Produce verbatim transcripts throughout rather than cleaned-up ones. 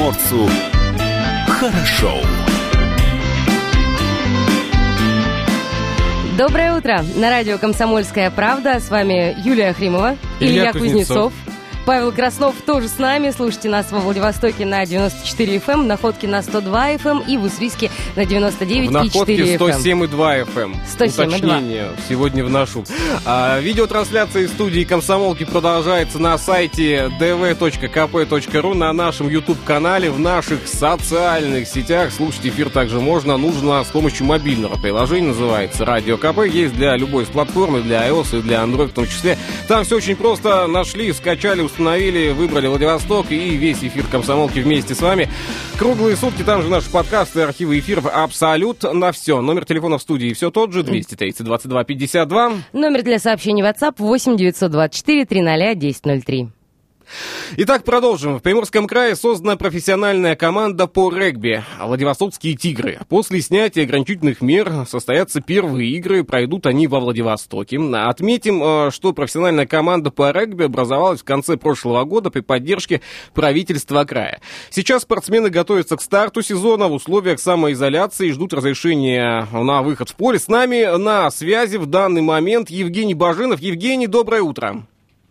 комсомольцу хорошо. Доброе утро. На радио «Комсомольская правда». С вами Юлия Хримова, Илья, Илья Кузнецов. Павел Краснов тоже с нами. Слушайте нас во Владивостоке на девяносто четыре эф эм, Находке на сто два эф эм и в Уссурийске на девяносто девять и четыре эф эм. В Находке сто семь и два эф эм. сто семь и два. Уточнение сегодня в нашу. А, видеотрансляция из студии «Комсомолки» продолжается на сайте ди ви точка ка пэ точка ру, на нашем YouTube-канале, в наших социальных сетях. Слушать эфир также можно. Нужно с помощью мобильного приложения, называется «Радио КП». Есть для любой из платформы, для iOS и для Android в том числе. Там все очень просто. Нашли, скачали, установили, выбрали Владивосток и весь эфир «Комсомолки» вместе с вами. Круглые сутки, там же наши подкасты, архивы эфиров абсолютно все. Номер телефона в студии все тот же, двести тридцать двадцать два пятьдесят два. Номер для сообщений WhatsApp восемь девятьсот двадцать четыре триста десять ноль три. Итак, продолжим. В Приморском крае создана профессиональная команда по регби «Владивостокские тигры». После снятия ограничительных мер состоятся первые игры, пройдут они во Владивостоке. Отметим, что профессиональная команда по регби образовалась в конце прошлого года при поддержке правительства края. Сейчас спортсмены готовятся к старту сезона в условиях самоизоляции и ждут разрешения на выход в поле. С нами на связи в данный момент Евгений Баженов. Евгений, доброе утро.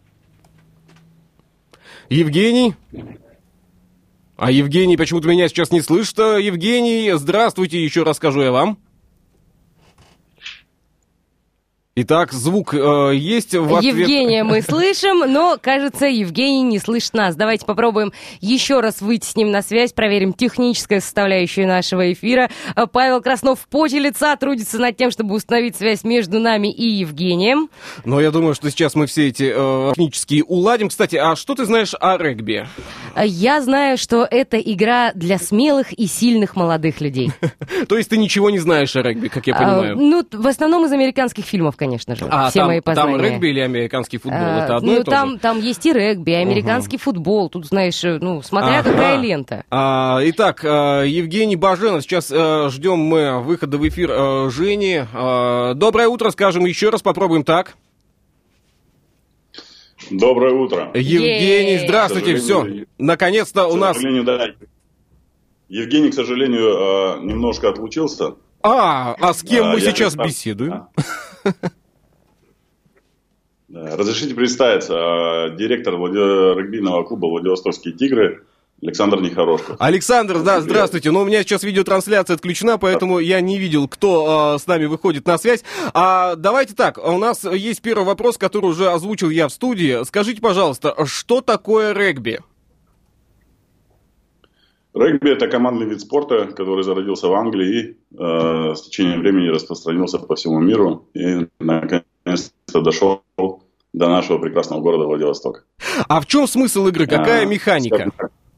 Евгений? А Евгений почему-то меня сейчас не слышит. Евгений, здравствуйте, еще раз скажу я вам. Итак, звук э, есть в ответ. Евгения мы слышим, но, кажется, Евгений не слышит нас. Давайте попробуем еще раз выйти с ним на связь, проверим техническую составляющую нашего эфира. Павел Краснов в поте лица трудится над тем, чтобы установить связь между нами и Евгением. Но я думаю, что сейчас мы все эти э, технические уладим. Кстати, а что ты знаешь о регби? Я знаю, что это игра для смелых и сильных молодых людей. То есть ты ничего не знаешь о регби, как я понимаю? Ну, в основном из американских фильмов, конечно. Конечно же, а, все там, мои познания. Там регби или американский футбол? А, это одно ну, и то там, же? там есть и регби, и американский uh-huh. футбол. Тут, знаешь, ну, смотря ага. какая лента. А, итак, Евгений Баженов. Сейчас а, ждем мы выхода в эфир а, Жени. А, доброе утро, скажем еще раз, попробуем так. Доброе утро. Евгений, здравствуйте. Все, наконец-то у нас... Да. Евгений, к сожалению, немножко отлучился. А, а с кем а, мы сейчас представ... беседуем? Разрешите представиться, директор регбийного клуба «Владивостокские тигры» Александр Нехорошков. Александр, да, здравствуйте. Но у меня сейчас видеотрансляция отключена, поэтому я не видел, кто э, с нами выходит на связь. А давайте так, у нас есть первый вопрос, который уже озвучил я в студии. Скажите, пожалуйста, что такое регби? Регби – это командный вид спорта, который зародился в Англии и э, с течением времени распространился по всему миру и наконец-то дошел до нашего прекрасного города Владивостока. А в чем смысл игры? Какая а, механика?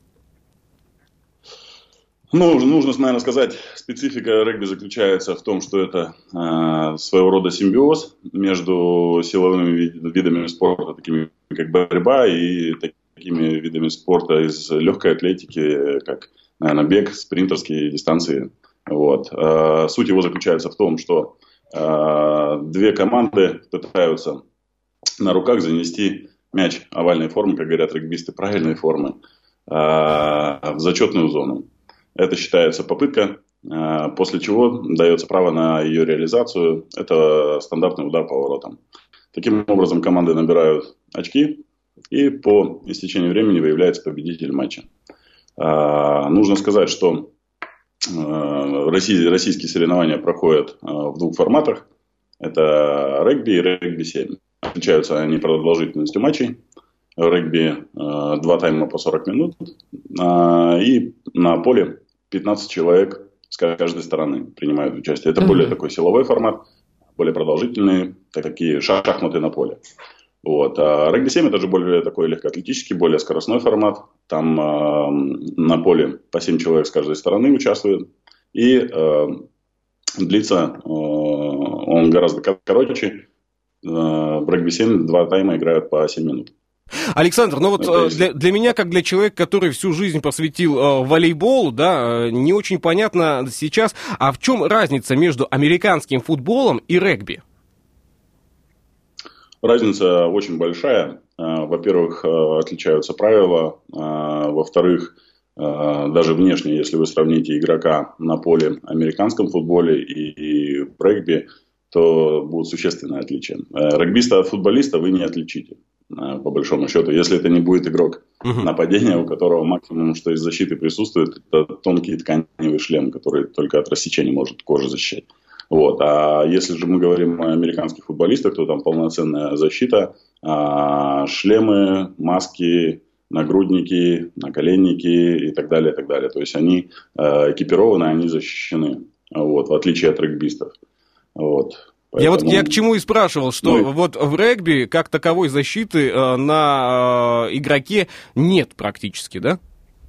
Ну, нужно, наверное, сказать, специфика регби заключается в том, что это э, своего рода симбиоз между силовыми видами спорта, такими как борьба, и такими видами спорта из легкой атлетики, как, наверное, бег, спринтерские дистанции. Вот. Э, суть его заключается в том, что э, две команды пытаются на руках занести мяч овальной формы, как говорят регбисты, правильной формы, э, в зачетную зону. Это считается попытка, после чего дается право на ее реализацию. Это стандартный удар по воротам. Таким образом, команды набирают очки, и по истечению времени выявляется победитель матча. Нужно сказать, что российские соревнования проходят в двух форматах. Это регби и регби семь. Отличаются они продолжительностью матчей. Регби два тайма по сорок минут. И на поле пятнадцать человек с каждой стороны принимают участие. Это mm-hmm. более такой силовой формат, более продолжительные, такие шахматы на поле. Вот. А регби семь это же более такой легкоатлетический, более скоростной формат. Там э, на поле по семь человек с каждой стороны участвуют. И э, длится э, он гораздо короче. Э, в регби семь два тайма играют по семь минут. Александр, ну вот для, для меня, как для человека, который всю жизнь посвятил э, волейболу, да, э, не очень понятно сейчас, а в чем разница между американским футболом и регби? Разница очень большая. Во-первых, отличаются правила. Во-вторых, даже внешне, если вы сравните игрока на поле в американском футболе и в регби, то будут существенные отличия. Регбиста от футболиста вы не отличите, по большому счету, если это не будет игрок uh-huh. нападения, у которого максимум, что из защиты присутствует, это тонкий тканевый шлем, который только от рассечения может кожу защищать. Вот. А если же мы говорим о американских футболистах, то там полноценная защита, шлемы, маски, нагрудники, наколенники и так далее, и так далее. То есть они экипированы, они защищены, вот, в отличие от регбистов. Вот. Поэтому... Я вот я к чему и спрашивал, что ну, вот в регби как таковой защиты э, на э, игроке нет практически, да?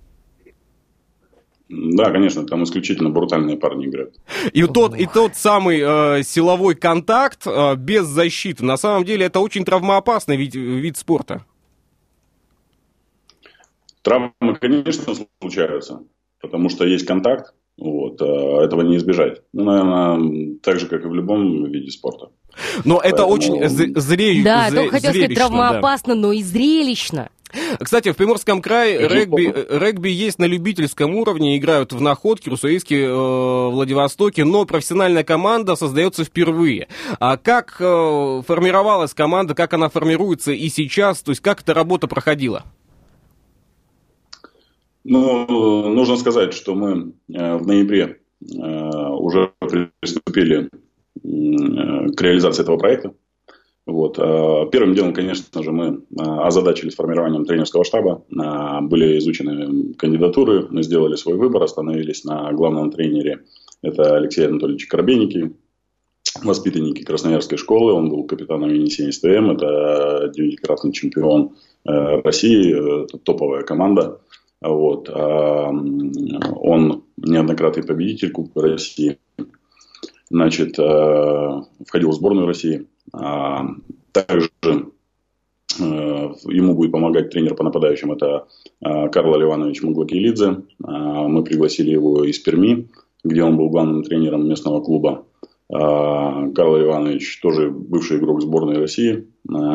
Да, конечно, там исключительно брутальные парни играют. И тот, и тот самый э, силовой контакт э, без защиты, на самом деле это очень травмоопасный вид, вид спорта. Травмы, конечно, случаются, потому что есть контакт. Вот, этого не избежать. Ну, наверное, так же, как и в любом виде спорта. Но Поэтому... это очень зрелищно. Да, зре... только хотел сказать, травмоопасно, да. но и зрелищно. Кстати, в Приморском крае регби, регби есть на любительском уровне, играют в Находке, Руссоиске, э, Владивостоке, но профессиональная команда создается впервые. А как э, формировалась команда, как она формируется и сейчас, то есть как эта работа проходила? Ну, нужно сказать, что мы в ноябре уже приступили к реализации этого проекта. Вот. Первым делом, конечно же, мы озадачились формированием тренерского штаба. Были изучены кандидатуры, мы сделали свой выбор, остановились на главном тренере. Это Алексей Анатольевич Коробейники, воспитанники Красноярской школы. Он был капитаном Енисей СТМ, это девятикратный чемпион России, это топовая команда. Вот. Он неоднократный победитель Кубка России. Значит, входил в сборную России. Также ему будет помогать тренер по нападающим. Это Карл Иванович Маглакилидзе. Мы пригласили его из Перми, где он был главным тренером местного клуба. Карл Иванович тоже бывший игрок сборной России.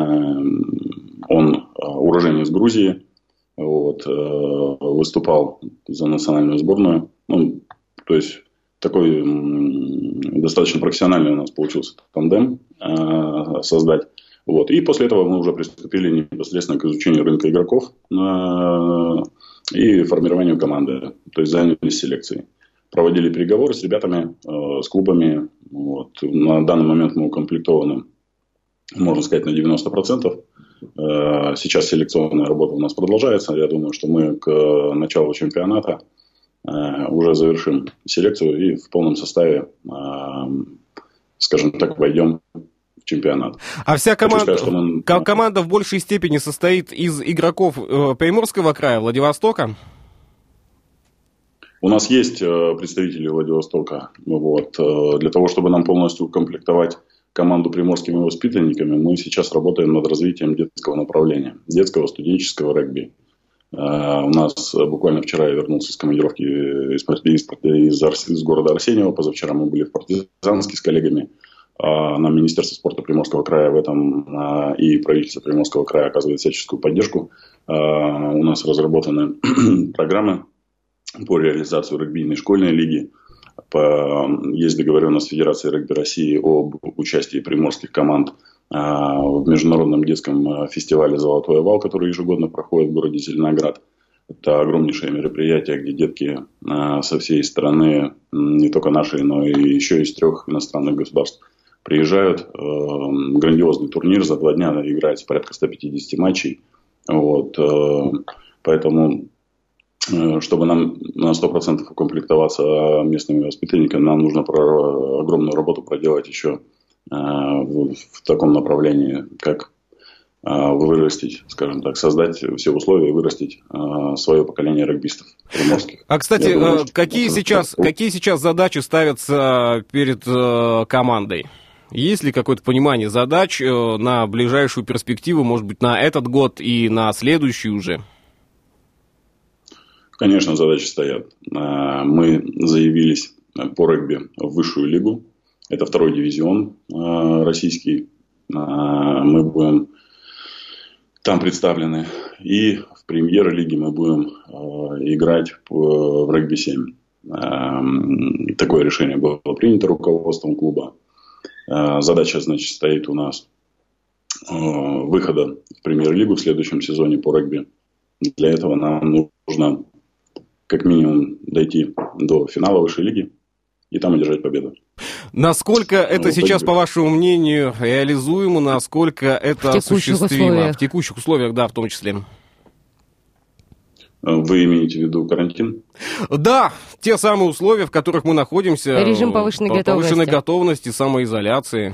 Он уроженец Грузии. Вот, выступал за национальную сборную. Ну, то есть такой достаточно профессиональный у нас получился тандем э, создать. Вот. И после этого мы уже приступили непосредственно к изучению рынка игроков э, и формированию команды. То есть занялись селекцией. Проводили переговоры с ребятами, э, с клубами. Вот. На данный момент мы укомплектованы, можно сказать, на девяносто процентов. Сейчас селекционная работа у нас продолжается. Я думаю, что мы к началу чемпионата уже завершим селекцию и в полном составе, скажем так, войдем в чемпионат. А вся команда, сказать, мы... команда в большей степени состоит из игроков Приморского края, Владивостока? У нас есть представители Владивостока. Вот. Для того, чтобы нам полностью укомплектовать команду приморскими воспитанниками, мы сейчас работаем над развитием детского направления, детского студенческого регби. Uh, у нас буквально вчера я вернулся с командировки из, из, из, из города Арсеньево. Позавчера мы были в Партизанске с коллегами. Uh, нам Министерство спорта Приморского края в этом uh, и правительство Приморского края оказывает всяческую поддержку. Uh, у нас разработаны программы по реализации регбийной школьной лиги. По, есть договоренность Федерации регби России об участии приморских команд а, в международном детском фестивале «Золотой овал», который ежегодно проходит в городе Зеленоград. Это огромнейшее мероприятие, где детки а, со всей страны, не только нашей, но и еще из трех иностранных государств, приезжают. А, грандиозный турнир, за два дня играется порядка ста пятидесяти матчей. Вот, а, поэтому... Чтобы нам на сто процентов укомплектоваться местными воспитанниками, нам нужно про огромную работу проделать еще э, в, в таком направлении, как э, вырастить, скажем так, создать все условия и вырастить э, свое поколение регбистов приморских. А, кстати, думаю, какие, сейчас, какие сейчас задачи ставятся перед э, командой? Есть ли какое-то понимание задач э, на ближайшую перспективу, может быть, на этот год и на следующий уже? Конечно, задачи стоят. Мы заявились по регби в высшую лигу. Это второй дивизион российский. Мы будем там представлены. И в премьер-лиге мы будем э, играть в, в регби семь. Э, такое решение было принято руководством клуба. Э, задача, значит, стоит у нас э, выхода в премьер-лигу в следующем сезоне по регби. Для этого нам нужно как минимум дойти до финала высшей лиги и там одержать победу. Насколько это ну, сейчас, по вашему мнению, реализуемо, насколько это осуществимо? Условиях. В текущих условиях, да, в том числе. Вы имеете в виду карантин? Да, те самые условия, в которых мы находимся. Режим повышенной готовности. Повышенной готовности, самоизоляции.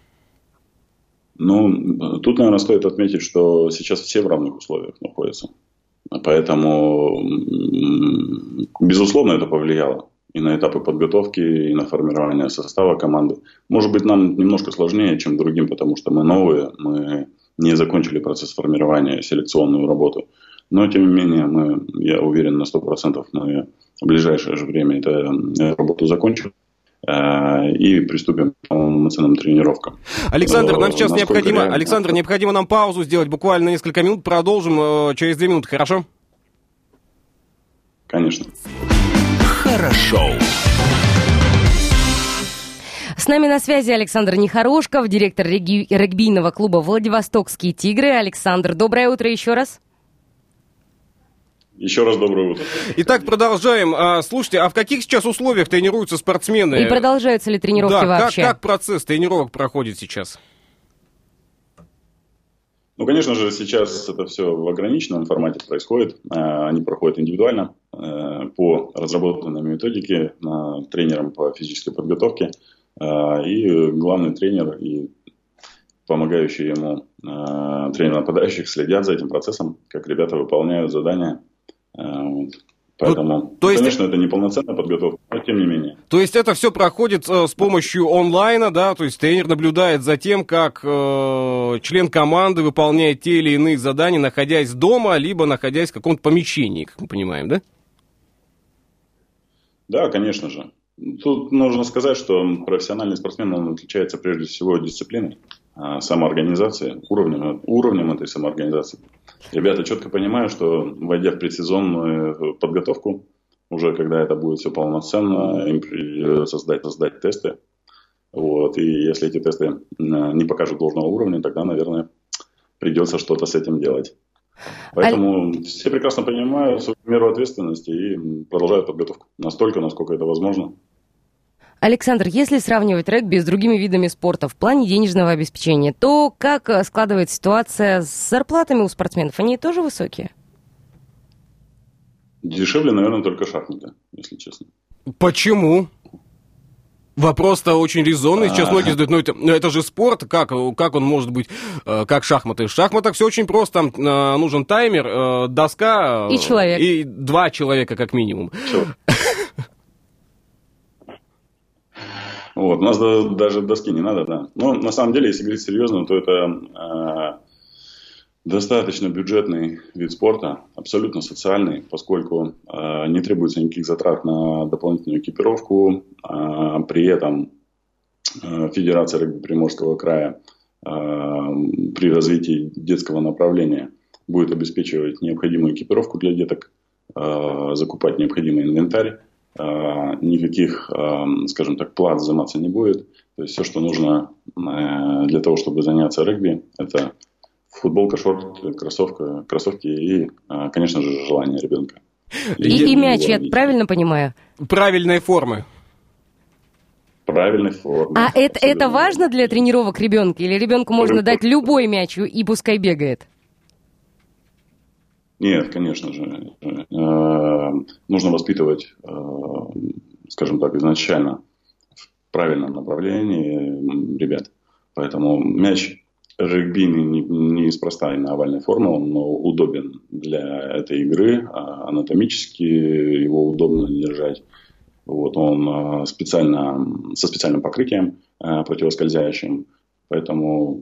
Ну, тут, наверное, стоит отметить, что сейчас все в равных условиях находятся. Поэтому, безусловно, это повлияло и на этапы подготовки, и на формирование состава команды. Может быть, нам немножко сложнее, чем другим, потому что мы новые, мы не закончили процесс формирования, селекционную работу. Но, тем не менее, мы, я уверен на сто процентов, мы в ближайшее же время эту работу закончим и приступим к полноценным тренировкам. Александр, нам сейчас необходимо, реально... Александр, необходимо нам паузу сделать, буквально несколько минут. Продолжим через две минуты, хорошо? Конечно. Хорошо. С нами на связи Александр Нехорошков, директор реги- регбийного клуба «Владивостокские тигры». Александр, доброе утро еще раз. Еще раз доброе утро. Итак, продолжаем. А, слушайте, а в каких сейчас условиях тренируются спортсмены? И продолжаются ли тренировки да, вообще? Как, как процесс тренировок проходит сейчас? Ну, конечно же, сейчас это все в ограниченном формате происходит. Они проходят индивидуально по разработанной методике тренером по физической подготовке. И главный тренер и помогающий ему тренер нападающих следят за этим процессом, как ребята выполняют задания. Поэтому, ну, то есть, конечно, это не полноценная подготовка, но тем не менее. То есть это все проходит э, с помощью онлайна, да, то есть тренер наблюдает за тем, как э, член команды выполняет те или иные задания, находясь дома, либо находясь в каком-то помещении, как мы понимаем, да? Да, конечно же. Тут нужно сказать, что профессиональный спортсмен, он отличается прежде всего дисциплиной, самоорганизацией, уровнем, уровнем этой самоорганизации. Ребята четко понимают, что, войдя в предсезонную подготовку, уже когда это будет все полноценно, им придется создать, создать тесты. Вот, и если эти тесты не покажут должного уровня, тогда, наверное, придется что-то с этим делать. Поэтому Аль... все прекрасно понимают свою меру ответственности и продолжают подготовку настолько, насколько это возможно. Александр, если сравнивать регби с другими видами спорта в плане денежного обеспечения, то как складывается ситуация с зарплатами у спортсменов? Они тоже высокие? Дешевле, наверное, только шахматы, если честно. Почему? Вопрос-то очень резонный. Сейчас многие задают, ну это, ну это же спорт, как, как он может быть, э, как шахматы? В шахматах все очень просто, там э, нужен таймер, э, доска... И человек. И два человека как минимум. Вот, у нас даже доски не надо, да. Но на самом деле, если говорить серьезно, то это э, достаточно бюджетный вид спорта, абсолютно социальный, поскольку э, не требуется никаких затрат на дополнительную экипировку. Э, при этом э, Федерация регби Приморского края э, при развитии детского направления будет обеспечивать необходимую экипировку для деток, э, закупать необходимый инвентарь. Никаких, скажем так, плат взиматься не будет. То есть все, что нужно для того, чтобы заняться регби, это футболка, шорты, кроссовка, кроссовки и, конечно же, желание ребенка. И, и, и мяч, я правильно понимаю? Правильной формы. Правильной формы. А это, это важно для тренировок ребенка? Или ребенку можно дать любой мяч и пускай бегает? Нет, конечно же. Нужно воспитывать, скажем так, изначально в правильном направлении ребят. Поэтому мяч регбийный неспроста не, не овальной формы, он удобен для этой игры, анатомически его удобно держать. Вот, он специально, со специальным покрытием противоскользящим, поэтому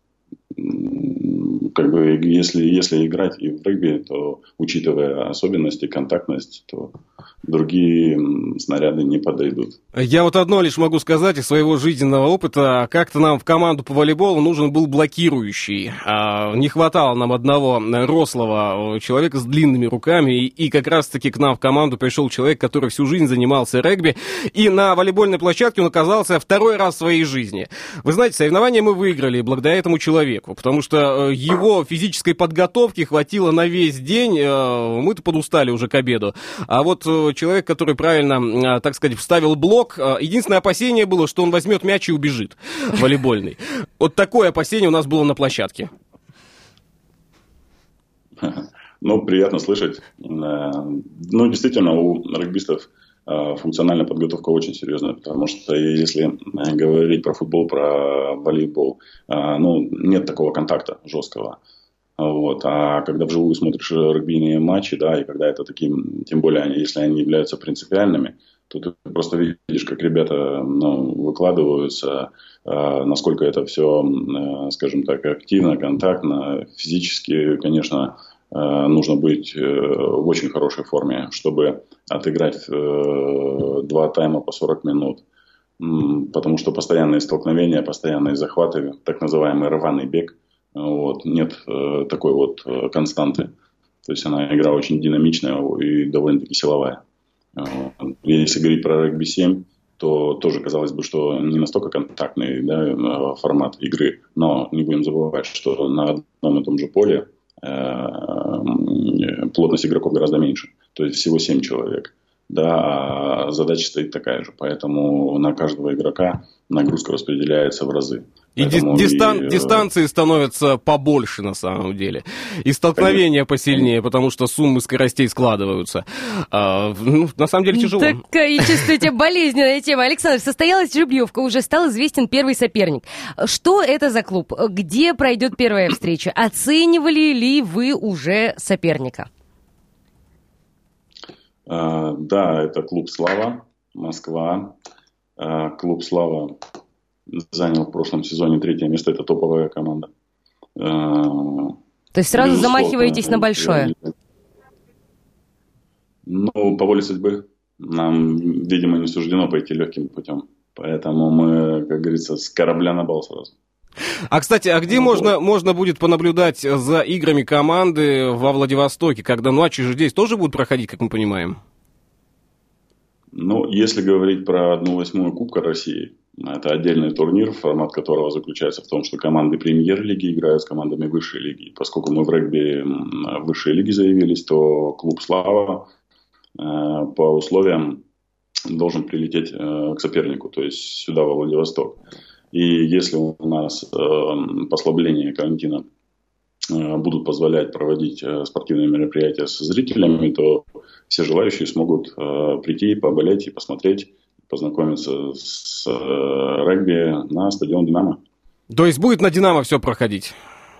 как бы, если, если играть и в регби, то, учитывая особенности, контактность, то другие снаряды не подойдут. Я вот одно лишь могу сказать из своего жизненного опыта. Как-то нам в команду по волейболу нужен был блокирующий. Не хватало нам одного рослого человека с длинными руками. И как раз-таки к нам в команду пришел человек, который всю жизнь занимался регби. И на волейбольной площадке он оказался второй раз в своей жизни. Вы знаете, соревнования мы выиграли благодаря этому человеку. Потому что его физической подготовки хватило на весь день. Мы-то подустали уже к обеду. А вот человек, который правильно, так сказать, вставил блок, единственное опасение было, что он возьмет мяч и убежит волейбольный. Вот такое опасение у нас было на площадке. Ну, приятно слышать. Ну, действительно, у регбистов функциональная подготовка очень серьезная, потому что если говорить про футбол, про волейбол, ну, нет такого контакта жесткого. Вот. А когда вживую смотришь регбийные матчи, да, и когда это таким, тем более, если они являются принципиальными, то ты просто видишь, как ребята, ну, выкладываются, э, насколько это все, э, скажем так, активно, контактно, физически, конечно, э, нужно быть э, в очень хорошей форме, чтобы отыграть э, два тайма по сорок минут. Потому что постоянные столкновения, постоянные захваты, так называемый рваный бег, вот, нет э, такой вот э, константы. То есть она игра очень динамичная и довольно-таки силовая. Э, если говорить про регби семь, то тоже казалось бы, что не настолько контактный, да, формат игры. Но не будем забывать, что на одном и том же поле э, плотность игроков гораздо меньше. То есть всего семь человек. Да, а задача стоит такая же. Поэтому на каждого игрока нагрузка распределяется в разы. И дистан- и дистанции становятся побольше на самом деле. И столкновения Конечно. посильнее, потому что суммы скоростей складываются. А, ну, на самом деле тяжело. Такая, чувствуете, болезненная тема. Александр, состоялась жеребьевка, уже стал известен первый соперник. Что это за клуб? Где пройдет первая встреча? Оценивали ли вы уже соперника? А, да, это клуб «Слава», Москва. А, клуб «Слава» занял в прошлом сезоне третье место, это топовая команда. То есть сразу Безусловно, замахиваетесь на большое? Ну, по воле судьбы. Нам, видимо, не суждено пойти легким путем. Поэтому мы, как говорится, с корабля на бал сразу. А, кстати, а где ну, можно, можно будет понаблюдать за играми команды во Владивостоке, когда матчи же здесь тоже будут проходить, как мы понимаем? Ну, если говорить про одну восьмую Кубка России, это отдельный турнир, формат которого заключается в том, что команды премьер-лиги играют с командами высшей лиги. Поскольку мы в регби высшей лиги заявились, то клуб «Слава» по условиям должен прилететь к сопернику, то есть сюда, во Владивосток. И если у нас послабление карантина будут позволять проводить спортивные мероприятия с зрителями, то все желающие смогут прийти, поболеть и посмотреть, познакомиться с регби на стадион «Динамо». То есть будет на «Динамо» все проходить?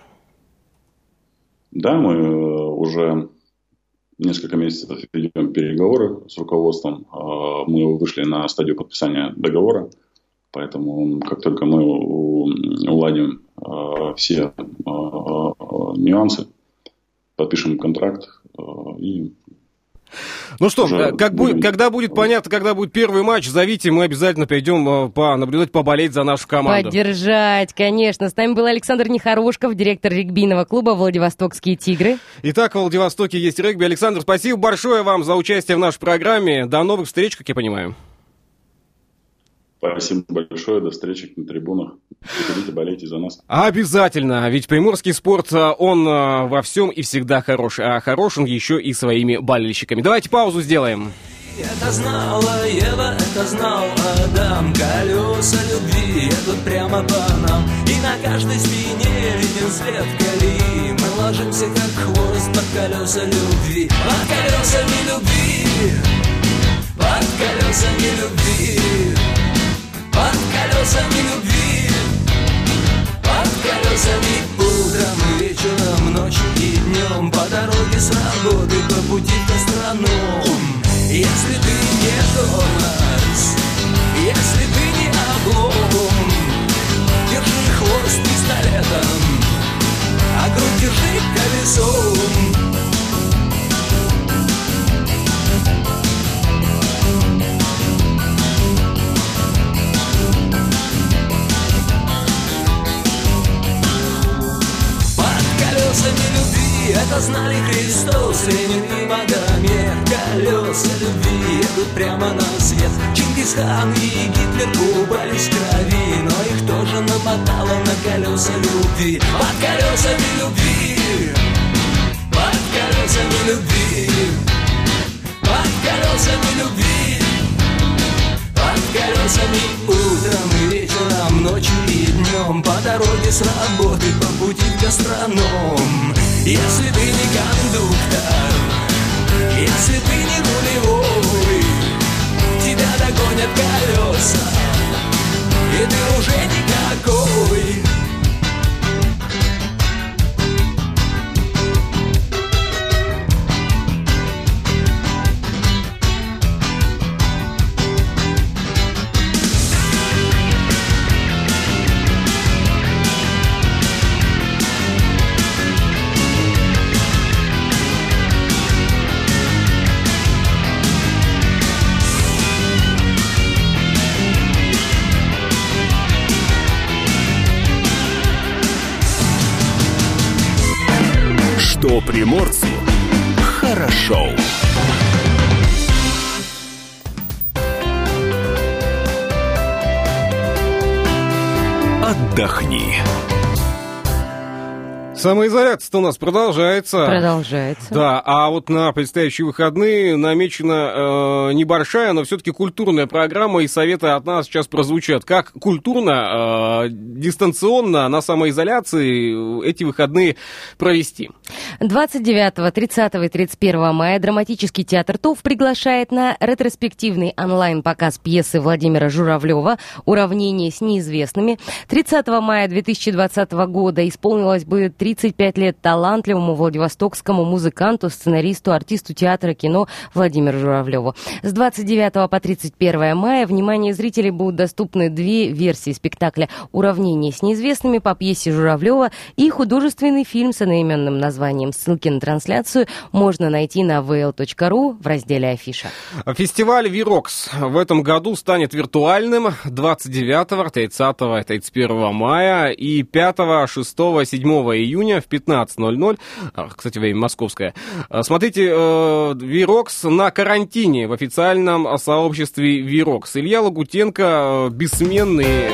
Да, мы уже несколько месяцев ведем переговоры с руководством. Мы вышли на стадию подписания договора. Поэтому как только мы уладим все нюансы, подпишем контракт и... Ну что, как будет, когда будет понятно, когда будет первый матч, зовите, мы обязательно пойдем понаблюдать, поболеть за нашу команду. Поддержать, конечно. С нами был Александр Нехорошков, директор регбийного клуба «Владивостокские тигры». Итак, в Владивостоке есть регби. Александр, спасибо большое вам за участие в нашей программе. До новых встреч, как я понимаю. Спасибо большое, до встречи на трибунах. Приходите, болейте за нас. Обязательно, ведь приморский спорт, он во всем и всегда хорош, а хорош он еще и своими болельщиками. Давайте паузу сделаем. Это знала Ева, это знал Адам. Колеса любви едут прямо по нам, и на каждой спине виден след колеи. Мы ложимся как хвост под колеса любви, под колесами любви, под колесами любви. Под колесами любви, под колесами утром и вечером, ночью и днем, по дороге с работы, по пути в гастроном. Если ты не тормоз, если ты не облом, держи хвост пистолетом, а грудь держи колесом. колеса любви едут прямо на свет. Чингисхан и Гитлер купались в крови, но их тоже намотало на колеса любви. Под колесами любви, под колесами любви, под колесами любви, под колесами утром и вечером, ночью и днем, по дороге с работы, по пути в гастроном. Если ты не кондуктор, если ты не рулевой, тебя догонят колеса, и ты уже никакой. Что приморцу хорошо. Отдохни. Самоизоляция-то у нас продолжается. Продолжается. Да, а вот на предстоящие выходные намечена э, небольшая, но все-таки культурная программа, и советы от нас сейчас прозвучат. Как культурно, э, дистанционно, на самоизоляции эти выходные провести? двадцать девятого, тридцатого и тридцать первого мая драматический театр ТОВ приглашает на ретроспективный онлайн-показ пьесы Владимира Журавлева «Уравнение с неизвестными». тридцатого мая две тысячи двадцатого года исполнилось бы тридцать пять лет талантливому владивостокскому музыканту, сценаристу, артисту театра и кино Владимиру Журавлеву. С двадцать девятого по тридцать первое мая внимание зрителей будут доступны две версии спектакля «Уравнение с неизвестными» по пьесе Журавлева и художественный фильм с одноименным названием. Ссылки на трансляцию можно найти на ви эл точка ру в разделе «Афиша». Фестиваль «Вирокс» в этом году станет виртуальным двадцать девятого, тридцатого, тридцать первого мая и пятого, шестого, седьмого июня в пятнадцать ноль ноль. Кстати, время московское. Смотрите «Вирокс» на карантине в официальном сообществе «Вирокс». Илья Лагутенко, бессменный...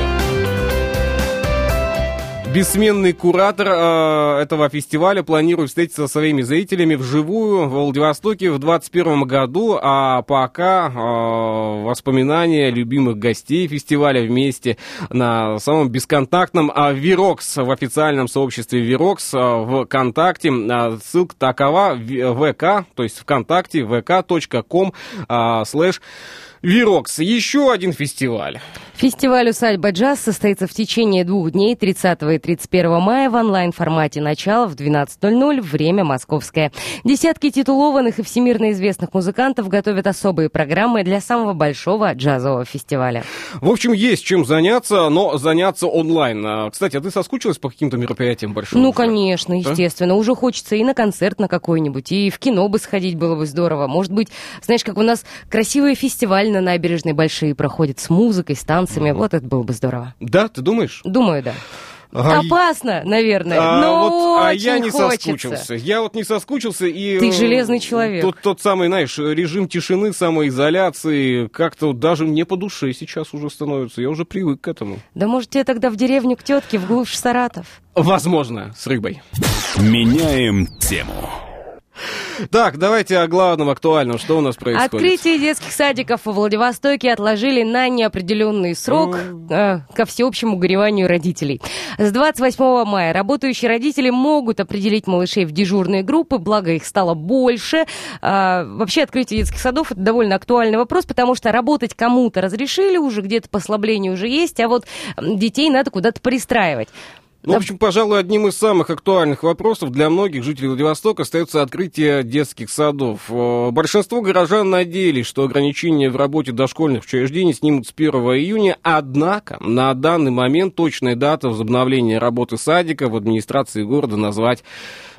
Бессменный куратор э, этого фестиваля, планирует встретиться со своими зрителями вживую в Владивостоке в двадцать первом году, а пока э, воспоминания любимых гостей фестиваля вместе на самом бесконтактном э, «Вирокс», в официальном сообществе «Вирокс» э, ВКонтакте. Э, ссылка такова: ВК, то есть ВКонтакте, вк точка ком э, слэш «Вирокс». Еще один фестиваль. Фестиваль «Усадьба Джаз» состоится в течение двух дней, тридцатого и тридцать первого мая, в онлайн-формате. Начало в двенадцать ноль ноль, время московское. Десятки титулованных и всемирно известных музыкантов готовят особые программы для самого большого джазового фестиваля. В общем, есть чем заняться, но заняться онлайн. Кстати, а ты соскучилась по каким-то мероприятиям большим? Ну, конечно, естественно. Да? Уже хочется и на концерт на какой-нибудь, и в кино бы сходить, было бы здорово. Может быть, знаешь, как у нас красивые фестивали на набережной большие проходят с музыкой, с танцами. Вот это было бы здорово. Да, ты думаешь? Думаю, да. А, Опасно, наверное, а, но вот, очень А я не хочется. соскучился. Я вот не соскучился. И ты железный человек. Тот, тот самый, знаешь, режим тишины, самоизоляции, как-то вот даже мне по душе сейчас уже становится. Я уже привык к этому. Да может тебе тогда в деревню к тетке, в глушь Саратов? Возможно, с рыбой. Меняем тему. Так, давайте о главном, актуальном. Что у нас происходит? Открытие детских садиков во Владивостоке отложили на неопределенный срок э, ко всеобщему гореванию родителей. С двадцать восьмого мая работающие родители могут определить малышей в дежурные группы, благо их стало больше. Э, вообще, открытие детских садов — это довольно актуальный вопрос, потому что работать кому-то разрешили, уже где-то послабление уже есть, а вот детей надо куда-то пристраивать. Ну, в общем, пожалуй, одним из самых актуальных вопросов для многих жителей Владивостока остается открытие детских садов. Большинство горожан надеялись, что ограничения в работе дошкольных учреждений снимут с первого июня, однако на данный момент точная дата возобновления работы садика в администрации города назвать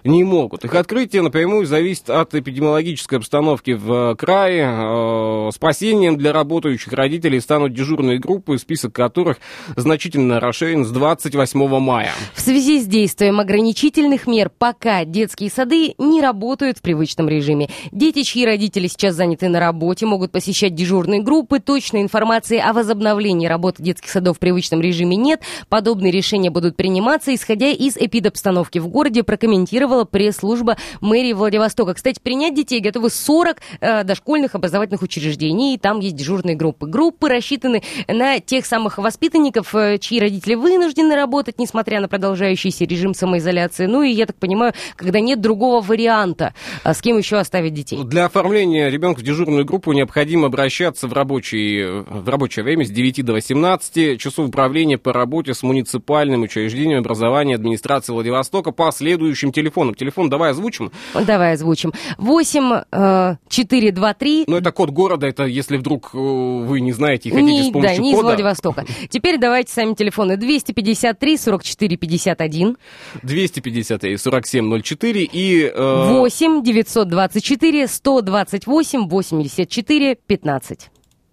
не могут. Их открытие напрямую зависит от эпидемиологической обстановки в крае. Спасением для работающих родителей станут дежурные группы, список которых значительно расширен с двадцать восьмого мая. В связи с действием ограничительных мер пока детские сады не работают в привычном режиме. Дети, чьи родители сейчас заняты на работе, могут посещать дежурные группы. Точной информации о возобновлении работы детских садов в привычном режиме нет. Подобные решения будут приниматься, исходя из эпидобстановки в городе, прокомментировала пресс-служба мэрии Владивостока. Кстати, принять детей готовы сорок э, дошкольных образовательных учреждений, и там есть дежурные группы. Группы рассчитаны на тех самых воспитанников, э, чьи родители вынуждены работать, несмотря на продолжающийся режим самоизоляции. Ну и, я так понимаю, когда нет другого варианта, а с кем еще оставить детей. Для оформления ребенка в дежурную группу необходимо обращаться в, рабочий, в рабочее время с девяти до восемнадцати часов управления по работе с муниципальным учреждением образования администрации Владивостока по следующим телефонам. Телефон давай озвучим. Давай озвучим. восемь четыре два три. Ну, это код города, это если вдруг вы не знаете и хотите не, с помощью да, не кода. из Владивостока. Теперь давайте сами телефоны. двести пятьдесят три сорок четыре пятьдесят один. двести пятьдесят три сорок семь ноль четыре и... Э... восемь девятьсот двадцать четыре сто двадцать восемь восемьдесят четыре пятнадцать.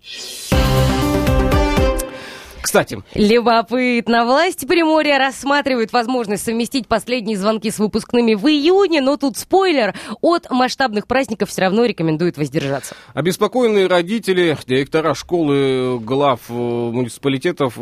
Кстати. Любопытно. Власти Приморья рассматривают возможность совместить последние звонки с выпускными в июне, но тут спойлер, от масштабных праздников все равно рекомендуют воздержаться. Обеспокоенные родители, директора школы, глав муниципалитетов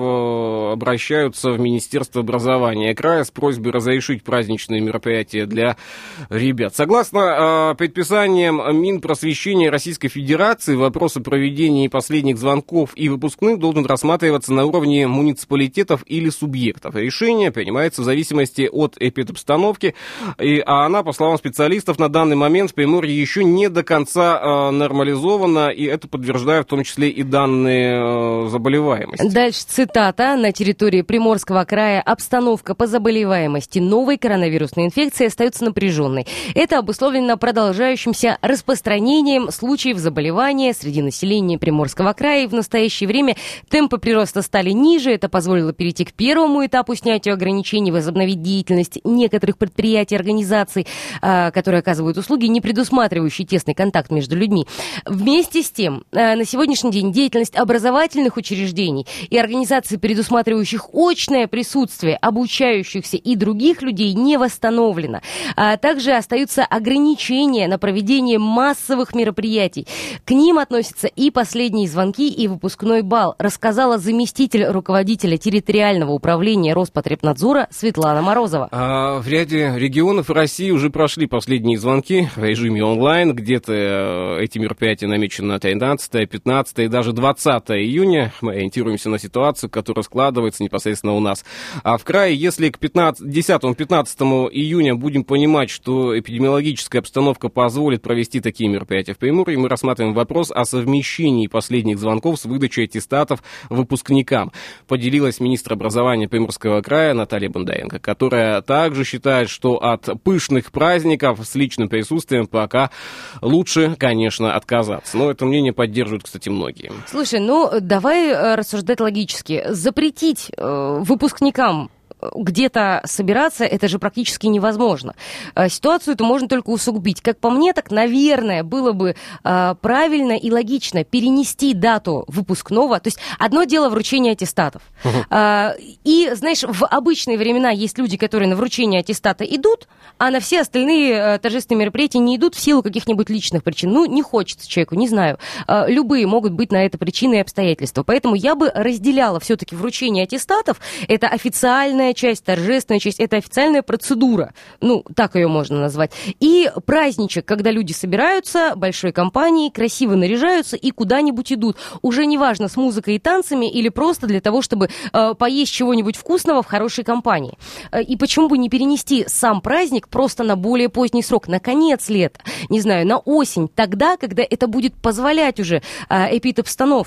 обращаются в Министерство образования края с просьбой разрешить праздничные мероприятия для ребят. Согласно предписаниям Минпросвещения Российской Федерации, вопросы проведения последних звонков и выпускных должен рассматриваться на уровне муниципалитетов или субъектов. Решение принимается в зависимости от эпидобстановки, и, а она, по словам специалистов, на данный момент в Приморье еще не до конца э, нормализована, и это подтверждают в том числе и данные э, заболеваемости. Дальше цитата. На территории Приморского края обстановка по заболеваемости новой коронавирусной инфекции остается напряженной. Это обусловлено продолжающимся распространением случаев заболевания среди населения Приморского края, и в настоящее время темпы прироста стали ниже. Это позволило перейти к первому этапу снятия ограничений, возобновить деятельность некоторых предприятий и организаций, которые оказывают услуги, не предусматривающие тесный контакт между людьми. Вместе с тем, на сегодняшний день деятельность образовательных учреждений и организаций, предусматривающих очное присутствие обучающихся и других людей, не восстановлена. А также остаются ограничения на проведение массовых мероприятий. К ним относятся и последние звонки, и выпускной бал, рассказала заместитель руководителя территориального управления Роспотребнадзора Светлана Морозова. А в ряде регионов России уже прошли последние звонки в режиме онлайн. Где-то эти мероприятия намечены на тринадцатое, пятнадцатое и даже двадцатое июня. Мы ориентируемся на ситуацию, которая складывается непосредственно у нас. А в крае, если к десятому-пятнадцатому июня будем понимать, что эпидемиологическая обстановка позволит провести такие мероприятия в Приморье, мы рассматриваем вопрос о совмещении последних звонков с выдачей аттестатов выпускникам, поделилась министр образования Приморского края Наталья Бондаренко, которая также считает, что от пышных праздников с личным присутствием пока лучше, конечно, отказаться. Но это мнение поддерживают, кстати, многие. Слушай, ну давай рассуждать логически. Запретить э, выпускникам где-то собираться, это же практически невозможно. Ситуацию это можно только усугубить. Как по мне, так, наверное, было бы э, правильно и логично перенести дату выпускного. То есть одно дело вручение аттестатов. Uh-huh. Э, и, знаешь, в обычные времена есть люди, которые на вручение аттестата идут, а на все остальные э, торжественные мероприятия не идут в силу каких-нибудь личных причин. Ну, не хочется человеку, не знаю. Э, любые могут быть на это причины и обстоятельства. Поэтому я бы разделяла все-таки вручение аттестатов. Это официальная часть, торжественная часть, это официальная процедура, ну, так ее можно назвать. И праздничек, когда люди собираются большой компанией, красиво наряжаются и куда-нибудь идут. Уже неважно, с музыкой и танцами или просто для того, чтобы э, поесть чего-нибудь вкусного в хорошей компании. Э, и почему бы не перенести сам праздник просто на более поздний срок, на конец лета, не знаю, на осень, тогда, когда это будет позволять уже э, эпидобстановка.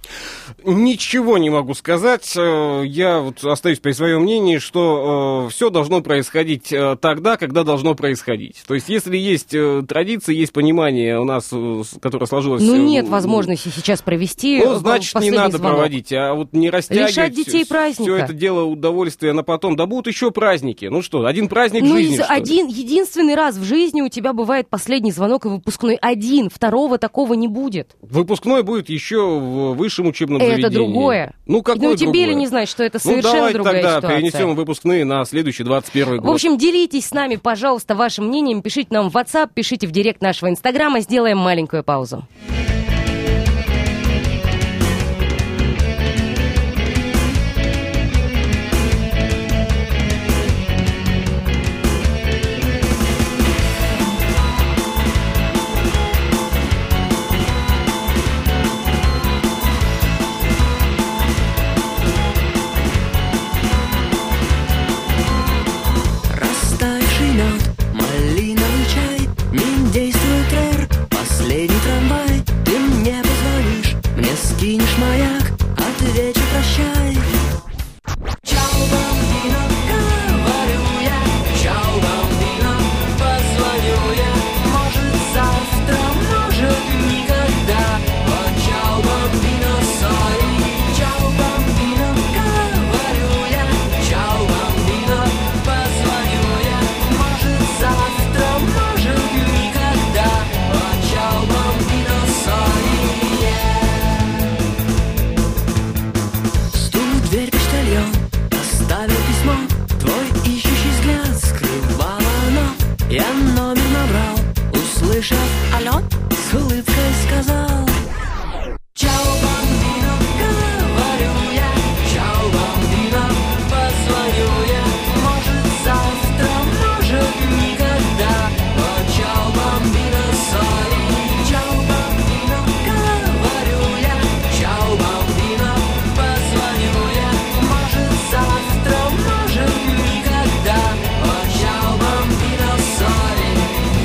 Ничего не могу сказать. Я вот остаюсь при своем мнении, что э, все должно происходить э, тогда, когда должно происходить. То есть, если есть э, традиции, есть понимание у нас, э, которое сложилось... Ну, э, нет возможности сейчас провести. Ну, значит, не надо звонок. проводить, а вот не растягивать. Лишать детей праздника. Все это дело удовольствия на потом. Да будут еще праздники. Ну что, один праздник ну, в жизни, один, единственный раз в жизни у тебя бывает последний звонок и выпускной. Один. Второго такого не будет. Выпускной будет еще в высшем учебном это заведении. Это другое. Ну, какое ну, тебе другое? ли не знать, что это совершенно ну, давайте другая тогда ситуация. перенесем выпускные на следующий двадцать первый год. В общем, делитесь с нами, пожалуйста, вашим мнением. Пишите нам в WhatsApp, пишите в директ нашего Инстаграма. Сделаем маленькую паузу. Кинешь маяк, отвечу прощай. Чао, бамбино, говорю я. Чао, бамбино, позвоню я. Может завтра, может никогда. О, чао, бамбино, sorry. Чао, бамбино, говорю я. Чао, бамбино, позвоню я. Может завтра, может никогда. О, чао, бамбино, sorry. Оставил письмо, твой ищущий взгляд скрывало оно. Я номер набрал, услышав алло, с улыбкой сказал: чао, бамбино, говорю я. Чао, бамбино, позвоню я. Может завтра, может никогда. О, чао, бамбино, sorry. Чао, бамбино, говорю я. Чао, бамбино, позвоню я. Может завтра, может никогда. О, чао, бамбино, sorry.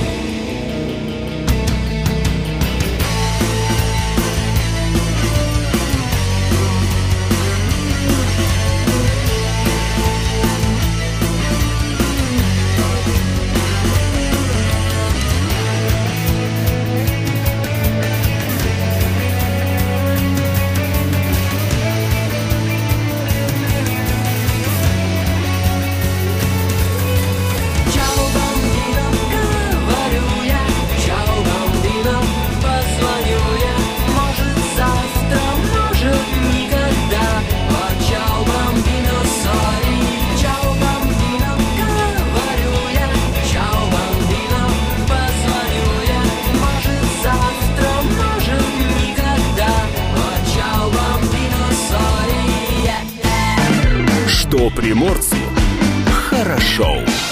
Чао, бамбино, говорю я. Чао, бамбино, позвоню я. Может завтра, может никогда. О, чао, бамбино, sorry. Чао, бамбино, говорю я. Чао, бамбино, позвоню я. Может завтра, может никогда. О, чао, бамбино, sorry. Что приморцу хорошо.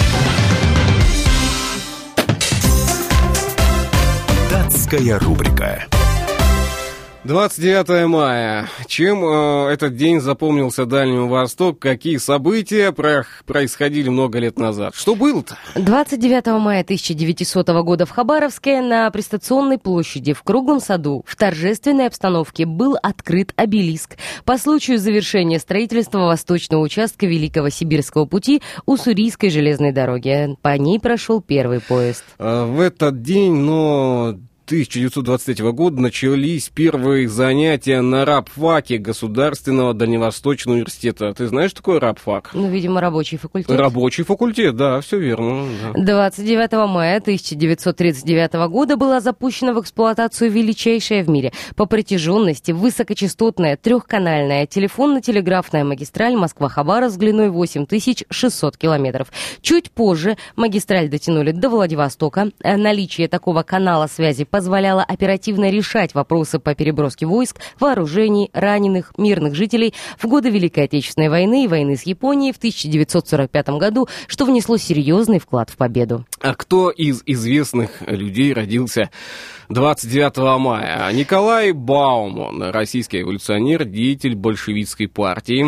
Датская рубрика. двадцать девятое мая. Чем э, этот день запомнился Дальнему Востоку? Какие события про- происходили много лет назад? Что было-то? двадцать девятого мая тысяча девятисотого года в Хабаровске на Престационной площади в Круглом саду в торжественной обстановке был открыт обелиск по случаю завершения строительства восточного участка Великого Сибирского пути Уссурийской железной дороги. По ней прошел первый поезд. Э, в этот день, но... тысяча девятьсот двадцать третьего года начались первые занятия на рабфаке Государственного Дальневосточного университета. Ты знаешь, что такое рабфак? Ну, видимо, рабочий факультет. Рабочий факультет, да, все верно. Да. двадцать девятого мая тысяча девятьсот тридцать девятого года была запущена в эксплуатацию величайшая в мире по протяженности высокочастотная трехканальная телефонно-телеграфная магистраль Москва-Хабаровск длиной восемь тысяч шестьсот километров. Чуть позже магистраль дотянули до Владивостока. Наличие такого канала связи позволяло оперативно решать вопросы по переброске войск, вооружений, раненых, мирных жителей в годы Великой Отечественной войны и войны с Японией в тысяча девятьсот сорок пятом году, что внесло серьезный вклад в победу. А кто из известных людей родился двадцать девятого мая? Николай Бауман, российский революционер, деятель большевистской партии.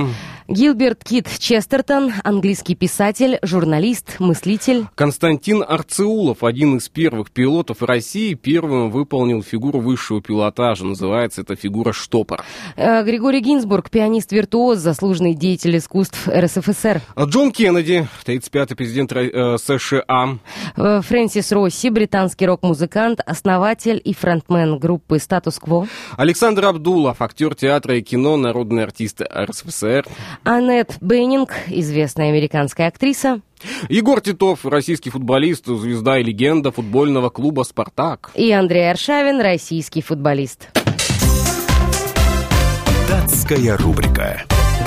Гилберт Кит Честертон, английский писатель, журналист, мыслитель. Константин Арцеулов, один из первых пилотов России, первым выполнил фигуру высшего пилотажа. Называется эта фигура штопор. Э, Григорий Гинзбург, пианист-виртуоз, заслуженный деятель искусств эр эс эф эс эр. Джон Кеннеди, тридцать пятый президент э, США. Э, Фрэнсис Росси, британский рок-музыкант, основатель и фронтмен группы «Статус-кво». Александр Абдулов, актер театра и кино, народный артист эр эс эф эс эр. Аннет Беннинг, известная американская актриса. Егор Титов, российский футболист, звезда и легенда футбольного клуба «Спартак». И Андрей Аршавин, российский футболист. Датская рубрика.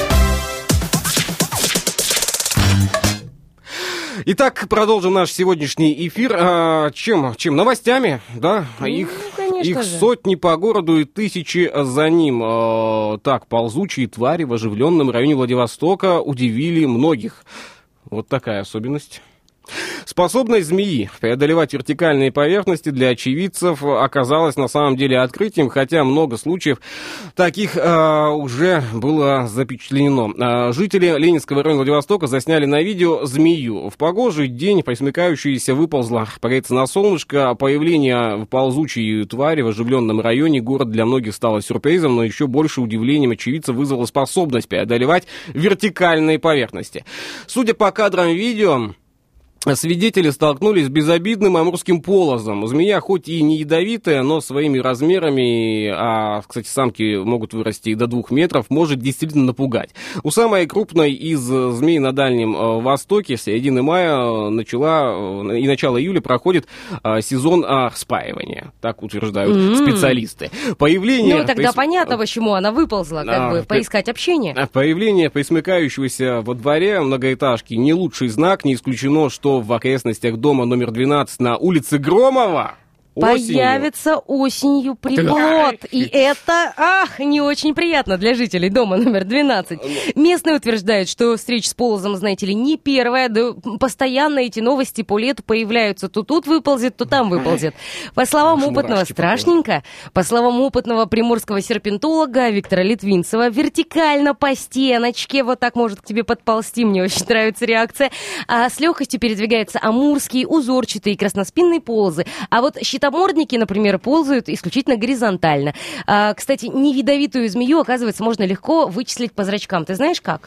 Итак, продолжим наш сегодняшний эфир. А, чем? Чем? Новостями, да? Их, ну, их же. сотни по городу и тысячи за ним. А, так, ползучие твари в оживленном районе Владивостока удивили многих. Вот такая особенность. Способность змеи преодолевать вертикальные поверхности для очевидцев оказалась на самом деле открытием, хотя много случаев таких э, уже было запечатлено. Э, жители Ленинского района Владивостока засняли на видео змею. В погожий день пресмыкающаяся выползла погреться на солнышко. Появление ползучей твари в оживленном районе город для многих стало сюрпризом, но еще больше удивлением очевидцев вызвала способность преодолевать вертикальные поверхности. Судя по кадрам видео, свидетели столкнулись с безобидным амурским полозом. Змея хоть и не ядовитая, но своими размерами, а, кстати, самки могут вырасти и до двух метров, может действительно напугать. У самой крупной из змей на Дальнем Востоке с середины мая начала, и начало июля проходит сезон спаивания. Так утверждают mm-hmm. специалисты. Появление... Ну, тогда прис... понятно, почему она выползла, как а, бы, поискать общение. Появление пресмыкающегося во дворе многоэтажки не лучший знак, не исключено, что в окрестностях дома номер двенадцать на улице Громова осенью. Появится осенью приплод. И это, ах, не очень приятно для жителей дома номер двенадцать. Местные утверждают, что встреча с полозом, знаете ли, не первая. Да постоянно эти новости по лету появляются. То тут выползет, то там выползет. По словам Аж опытного, страшненько, по словам опытного приморского серпентолога Виктора Литвинцева, вертикально по стеночке, вот так может к тебе подползти, мне очень нравится реакция, а с легкостью передвигаются амурские, узорчатые, красноспинные полозы. А вот щитомордники, например, ползают исключительно горизонтально. А, кстати, неядовитую змею, оказывается, можно легко вычислить по зрачкам. Ты знаешь как?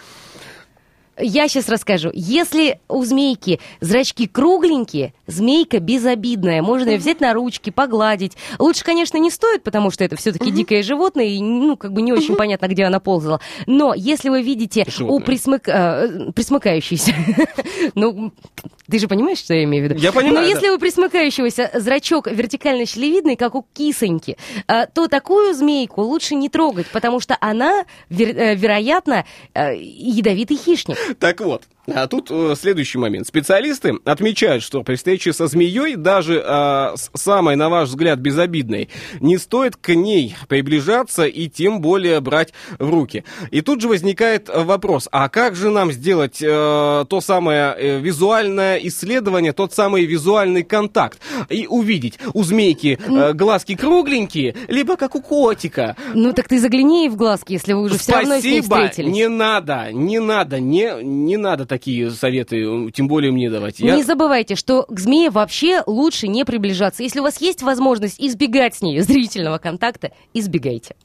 Я сейчас расскажу. Если у змейки зрачки кругленькие, змейка безобидная. Можно ее взять на ручки, погладить. Лучше, конечно, не стоит, потому что это все-таки uh-huh. дикое животное, и, ну, как бы не очень uh-huh. понятно, где она ползала. Но если вы видите животное. у присмык... э, присмыкающейся... Ну, ты же понимаешь, что я имею в виду? Я понимаю, Но да. если у присмыкающегося зрачок вертикально щелевидный, как у кисоньки, э, то такую змейку лучше не трогать, потому что она, вер... э, вероятно, э, ядовитый хищник. Так вот, а тут э, следующий момент. Специалисты отмечают, что при встрече со змеей, даже э, с самой, на ваш взгляд, безобидной, не стоит к ней приближаться и тем более брать в руки. И тут же возникает вопрос, а как же нам сделать э, то самое э, визуальное исследование, тот самый визуальный контакт, и увидеть у змейки э, глазки кругленькие, либо как у котика. Ну так ты загляни ей в глазки, если вы уже все равно с ней встретились. Спасибо, не надо, не надо, не, не надо такие советы, тем более мне давать. Я... Не забывайте, что к змее вообще лучше не приближаться. Если у вас есть возможность избегать с ней зрительного контакта, избегайте.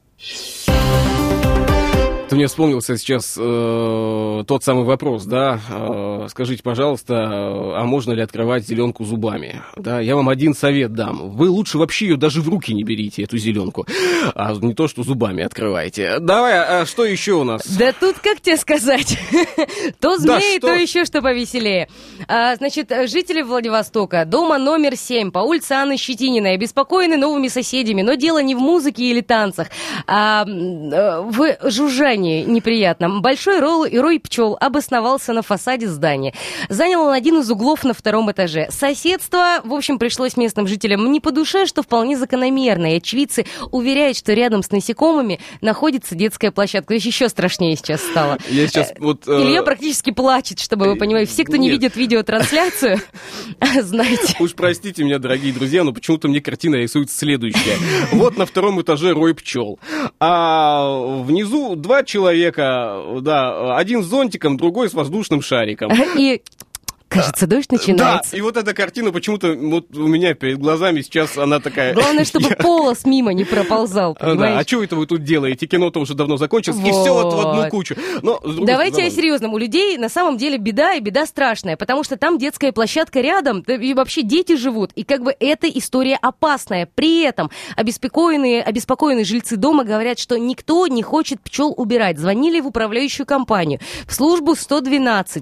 Ты мне вспомнился сейчас э, тот самый вопрос, да, э, скажите, пожалуйста, а можно ли открывать зеленку зубами? Да, я вам один совет дам. Вы лучше вообще ее даже в руки не берите, эту зеленку, а не то, что зубами открываете. Давай, а что еще у нас? Да тут как тебе сказать? То змеи, то еще что повеселее. Значит, жители Владивостока, дома номер семь, по улице Анны Щетининой, обеспокоены новыми соседями, но дело не в музыке или танцах, а в жужжании неприятном. Большой рой, рой пчел обосновался на фасаде здания. Занял он один из углов на втором этаже. Соседство, в общем, пришлось местным жителям не по душе, что вполне закономерно. И очевидцы уверяют, что рядом с насекомыми находится детская площадка. То есть еще страшнее сейчас стало. Я сейчас вот... Илья практически плачет, чтобы вы понимали. Все, кто не Нет. видит видеотрансляцию, знаете. Уж простите меня, дорогие друзья, но почему-то мне картина рисуется следующая. Вот на втором этаже рой пчел. А внизу два сидят человека, да, один с зонтиком, другой с воздушным шариком. И... Кажется, дождь начинается. Да, и вот эта картина почему-то вот у меня перед глазами сейчас она такая... Главное, чтобы полос мимо не проползал, понимаешь? Да, а что это вы тут делаете? Кино-то уже давно закончилось, вот. И все вот в одну кучу. Но, давайте о серьезном. У людей на самом деле беда, и беда страшная, потому что там детская площадка рядом, и вообще дети живут, и как бы эта история опасная. При этом обеспокоенные, обеспокоенные жильцы дома говорят, что никто не хочет пчел убирать. Звонили в управляющую компанию, в службу сто двенадцать,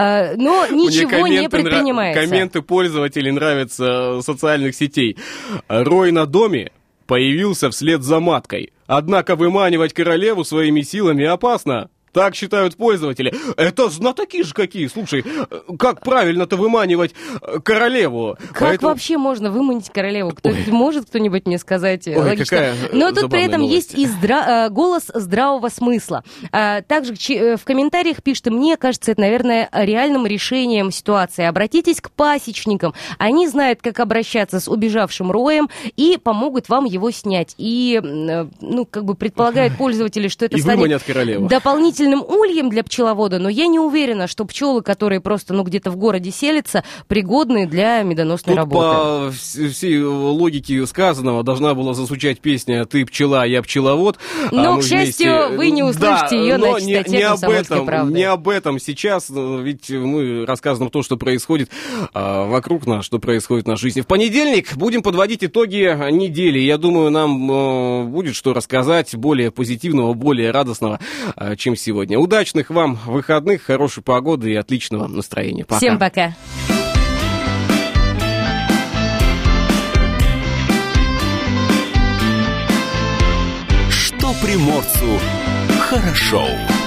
но ничего не предпринимается. Комменты пользователей нравятся социальных сетей. Рой на доме появился вслед за маткой. Однако выманивать королеву своими силами опасно. Так считают пользователи. Это знатоки же какие. Слушай, как правильно-то выманивать королеву? Как Поэтому... вообще можно выманить королеву? Кто может кто-нибудь мне сказать? Ой, логично? какая Но тут при этом новость. есть и здра... голос здравого смысла. Также в комментариях пишут, мне кажется, это, наверное, реальным решением ситуации. Обратитесь к пасечникам. Они знают, как обращаться с убежавшим роем и помогут вам его снять. И, ну, как бы предполагают пользователи, что это и станет королеву. дополнительным ульем для пчеловода, но я не уверена, что пчелы, которые просто, ну, где-то в городе селятся, пригодны для медоносной Тут работы. По всей логике сказанного должна была зазвучать песня «Ты пчела, я пчеловод». Но, а к счастью, вместе... вы не услышите да, ее но на не, частоте не об этом, правды. не об этом сейчас, ведь мы рассказываем то, что происходит а, вокруг нас, что происходит в нашей жизни. В понедельник будем подводить итоги недели. Я думаю, нам а, будет что рассказать более позитивного, более радостного, а, чем сегодня. Удачных вам выходных, хорошей погоды и отличного настроения. Пока. Всем пока. Что приморцу хорошо.